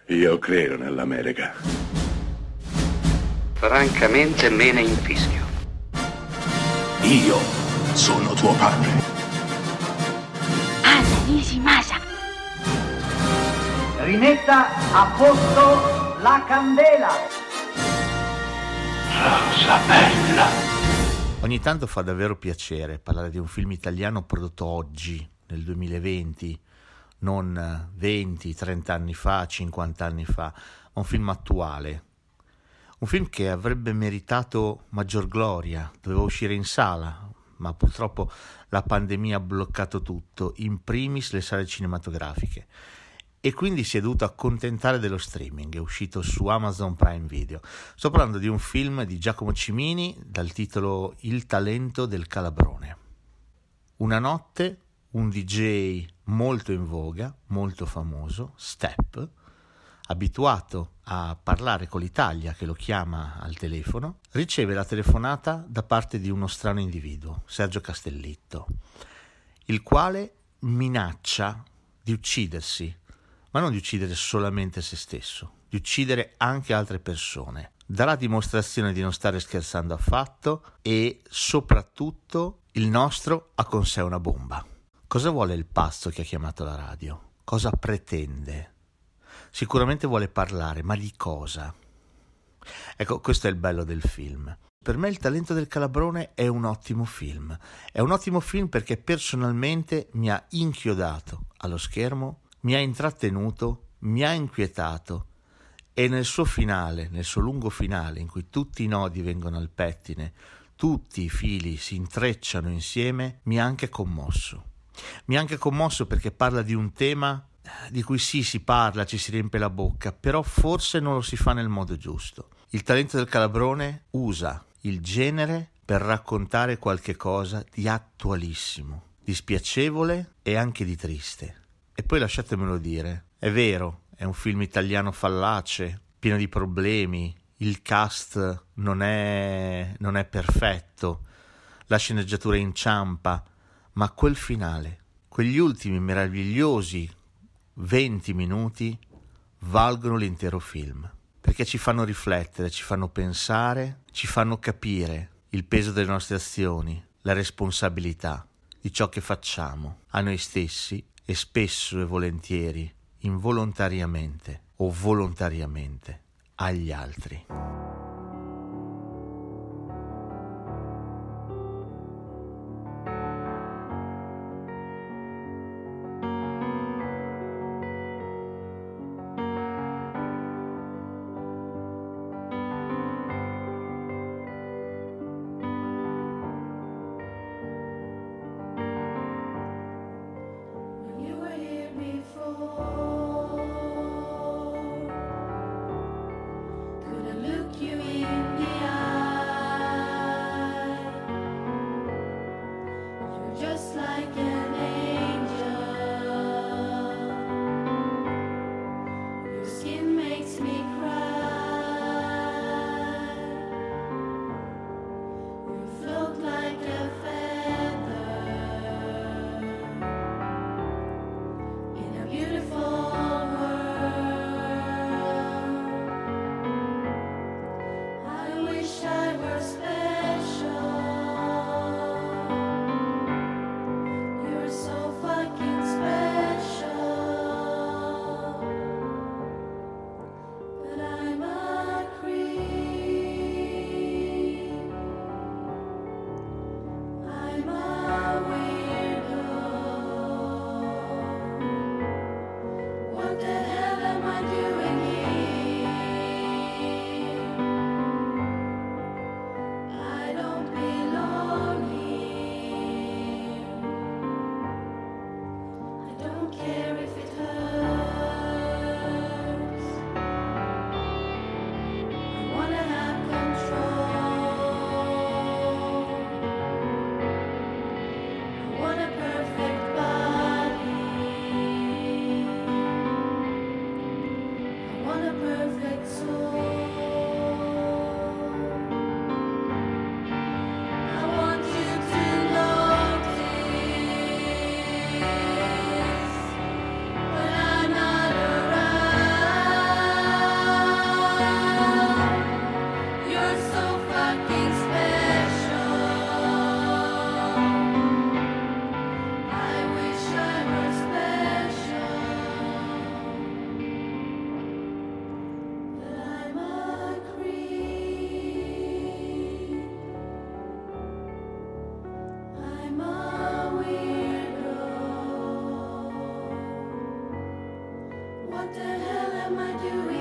Io credo nell'America. Francamente me ne infischio. Io sono tuo padre. Anna Nishimasa. Rimetta a posto la candela. Rosa bella. Ogni tanto fa davvero piacere parlare di un film italiano prodotto oggi, nel 2020, non 20, 30 anni fa, 50 anni fa, ma un film attuale. Un film che avrebbe meritato maggior gloria, doveva uscire in sala, ma purtroppo la pandemia ha bloccato tutto, in primis le sale cinematografiche. E quindi si è dovuto accontentare dello streaming, è uscito su Amazon Prime Video. Sto parlando di un film di Giacomo Cimini dal titolo Il talento del calabrone. Una notte un DJ molto in voga, molto famoso, Step, abituato a parlare con l'Italia che lo chiama al telefono, riceve la telefonata da parte di uno strano individuo, Sergio Castellitto, il quale minaccia di uccidersi, ma non di uccidere solamente se stesso, di uccidere anche altre persone. Darà dimostrazione di non stare scherzando affatto e soprattutto il nostro ha con sé una bomba. Cosa vuole il pazzo che ha chiamato la radio? Cosa pretende? Sicuramente vuole parlare, ma di cosa? Ecco, questo è il bello del film. Per me Il talento del calabrone è un ottimo film. È un ottimo film perché personalmente mi ha inchiodato allo schermo, mi ha intrattenuto, mi ha inquietato e nel suo finale, nel suo lungo finale in cui tutti i nodi vengono al pettine, tutti i fili si intrecciano insieme, mi ha anche commosso. Mi ha anche commosso perché parla di un tema di cui sì, si parla, ci si riempie la bocca, però forse non lo si fa nel modo giusto. Il talento del calabrone usa il genere per raccontare qualche cosa di attualissimo, di spiacevole e anche di triste. E poi lasciatemelo dire, è vero, è un film italiano fallace, pieno di problemi, il cast non è perfetto, la sceneggiatura inciampa, ma quel finale, quegli ultimi meravigliosi 20 minuti valgono l'intero film, perché ci fanno riflettere, ci fanno pensare, ci fanno capire il peso delle nostre azioni, la responsabilità di ciò che facciamo a noi stessi e spesso e volentieri, involontariamente o volontariamente, agli altri. am I doing?